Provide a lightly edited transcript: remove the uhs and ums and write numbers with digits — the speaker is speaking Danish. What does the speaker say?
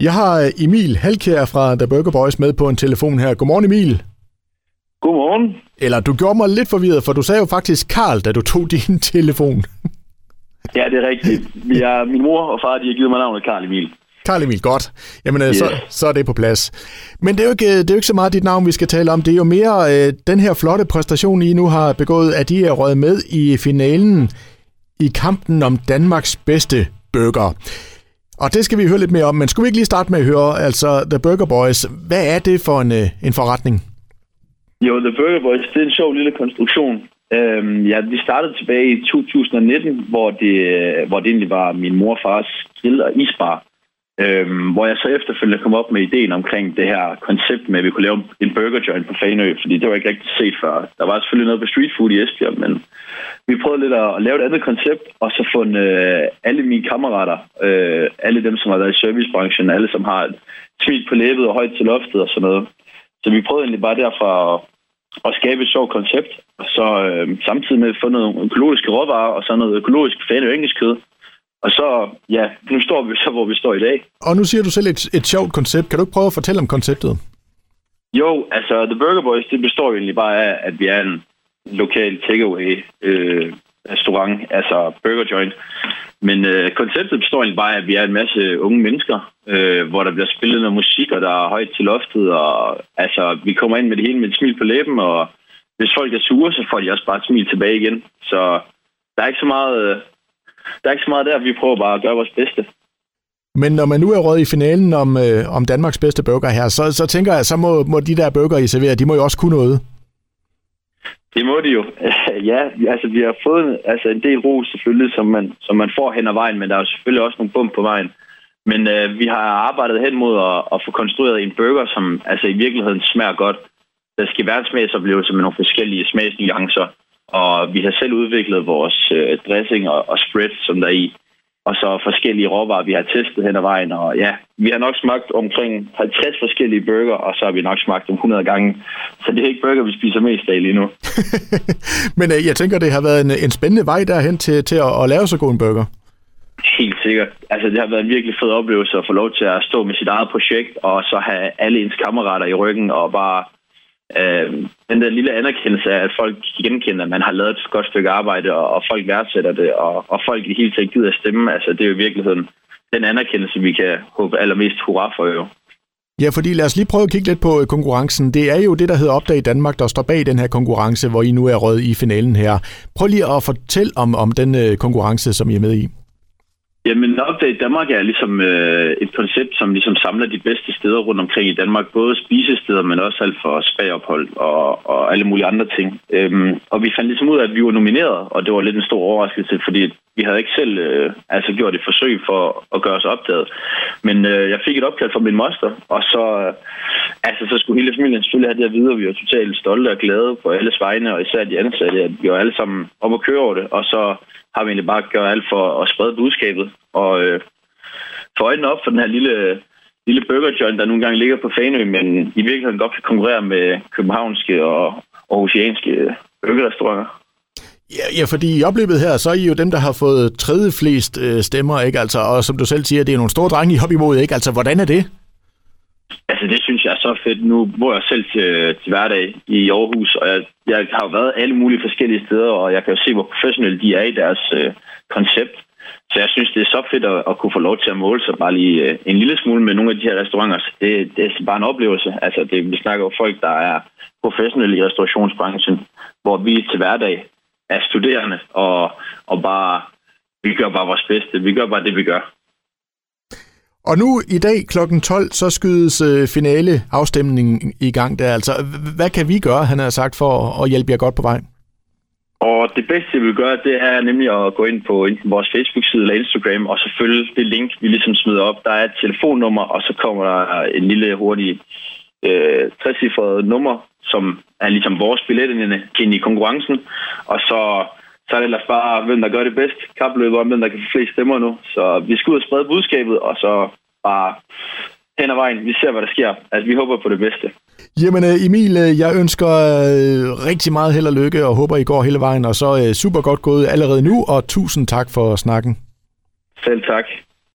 Jeg har Emil Halkjær fra The Burger Boys med på en telefon her. Godmorgen, Emil. Godmorgen. Eller du gjorde mig lidt forvirret, for du sagde jo faktisk Karl, da du tog din telefon. Ja, det er rigtigt. Min mor og far, de har givet mig navnet Karl Emil. Karl Emil, godt. Jamen, yes. så er det på plads. Men det er jo ikke så meget dit navn, vi skal tale om. Det er jo mere den her flotte præstation, I nu har begået, at I er røget med i finalen i kampen om Danmarks bedste burger. Og det skal vi høre lidt mere om, men skulle vi ikke lige starte med at høre, altså The Burger Boys, hvad er det for en forretning? Jo, The Burger Boys, det er en sjov lille konstruktion. Vi startede tilbage i 2019, hvor det egentlig var min mor og fars grill og isbar. Hvor jeg så efterfølgende kom op med ideen omkring det her koncept med, at vi kunne lave en burger joint på Fanø, fordi det var ikke rigtig set før. Der var selvfølgelig noget på street food i Esbjerg, men vi prøvede lidt at lave et andet koncept, og så fundet alle mine kammerater, alle dem, som har været i servicebranchen, alle, som har et smil på læbet og højt til loftet og sådan noget. Så vi prøvede egentlig bare derfra at skabe et sjovt koncept, og så samtidig med at få noget økologiske råvarer, og så noget økologisk Fanø engelsk kød. Og så, ja, nu står vi så, hvor vi står i dag. Og nu siger du selv et sjovt koncept. Kan du ikke prøve at fortælle om konceptet? Jo, altså The Burger Boys, det består jo egentlig bare af, at vi er en lokal takeaway restaurant, altså burger joint. Men konceptet består egentlig bare af, at vi er en masse unge mennesker, hvor der bliver spillet noget musik, og der er højt til loftet, og altså, vi kommer ind med det hele med et smil på læben, og hvis folk er sure, så får de også bare et smil tilbage igen. Så der er ikke så meget... Der er ikke så meget der, vi prøver bare at gøre vores bedste. Men når man nu er røget i finalen om Danmarks bedste burger her, så tænker jeg, så må de der burger, I serverer, de må jo også kunne noget. Det må de jo. Ja, altså vi har fået en del ros selvfølgelig, som man får hen ad vejen, men der er jo selvfølgelig også nogle bump på vejen. Men vi har arbejdet hen mod at få konstrueret en burger, som altså i virkeligheden smager godt. Der skal være en smagsoplevelse med nogle forskellige smagsnuancer. Og vi har selv udviklet vores dressing og spread, som der er i. Og så forskellige råvarer, vi har testet hen ad vejen. Og ja, vi har nok smagt omkring 50 forskellige burger, og så har vi nok smagt dem 100 gange. Så det er ikke burger, vi spiser mest af lige nu. Men jeg tænker, det har været en spændende vej derhen til at lave så god en burger. Helt sikkert. Altså, det har været en virkelig fed oplevelse at få lov til at stå med sit eget projekt, og så have alle ens kammerater i ryggen, og bare... den der lille anerkendelse af, at folk genkender, at man har lavet et godt stykke arbejde, og folk værdsætter det, og folk i det hele taget gider at stemme. Altså, det er jo i virkeligheden den anerkendelse, vi kan håbe allermest hurra for jo. Ja, fordi lad os lige prøve at kigge lidt på konkurrencen. Det er jo det, der hedder Opdag Danmark, der står bag den her konkurrence, hvor I nu er røget i finalen her. Prøv lige at fortælle om den konkurrence, som I er med i. Jamen, Opdag Danmark er ligesom et koncept, som ligesom samler de bedste steder rundt omkring i Danmark. Både spisesteder, men også alt for spagophold og alle mulige andre ting. Og vi fandt ligesom ud af, at vi var nomineret, og det var lidt en stor overraskelse, fordi vi havde ikke selv gjort et forsøg for at gøre os opdaget. Men jeg fik et opkald fra min moster, og så skulle hele familien selvfølgelig have det at vide, og vi var totalt stolte og glade på alles vegne, og især de ansatte, at vi var alle sammen op at køre over det, og så har vi egentlig bare gjort alt for at sprede budskabet, og få øjnene op for den her lille burger joint, der nogle gange ligger på Fanø, men i virkeligheden godt kan konkurrere med københavnske og aarhusianske burgerrestauranter. Ja, fordi i opløbet her, så er I jo dem, der har fået tredje flest stemmer, ikke? Altså, og som du selv siger, det er nogle store drenge, I hopper imod, ikke? Altså, hvordan er det? Altså, det synes jeg er så fedt. Nu bor jeg selv til hverdag i Aarhus, og jeg har været alle mulige forskellige steder, og jeg kan jo se, hvor professionelle de er i deres koncept. Så jeg synes, det er så fedt at kunne få lov til at måle sig bare lige en lille smule med nogle af de her restauranter. Så det er bare en oplevelse. Altså, vi snakker jo folk, der er professionelle i restaurationsbranchen, hvor vi til hverdag er studerende, og bare, vi gør bare vores bedste. Vi gør bare det, vi gør. Og nu i dag kl. 12, så skydes finale afstemningen i gang der. Altså, hvad kan vi gøre, han har sagt, for at hjælpe jer godt på vej? Og det bedste, vi vil gøre, det er nemlig at gå ind på enten vores Facebook-side eller Instagram, og så følge det link, vi ligesom smider op. Der er et telefonnummer, og så kommer der en lille hurtig 3-cifret nummer, som er ligesom vores billetindende ind i konkurrencen. Og så er det ellers bare, hvem der gør det bedst. Kapløber om, hvem der kan få flest stemmer nu. Så vi skal ud og sprede budskabet, og så bare hen ad vejen. Vi ser, hvad der sker. Altså, vi håber på det bedste. Jamen Emil, jeg ønsker rigtig meget held og lykke, og håber, I går hele vejen. Og så super godt gået allerede nu, og tusind tak for snakken. Selv tak.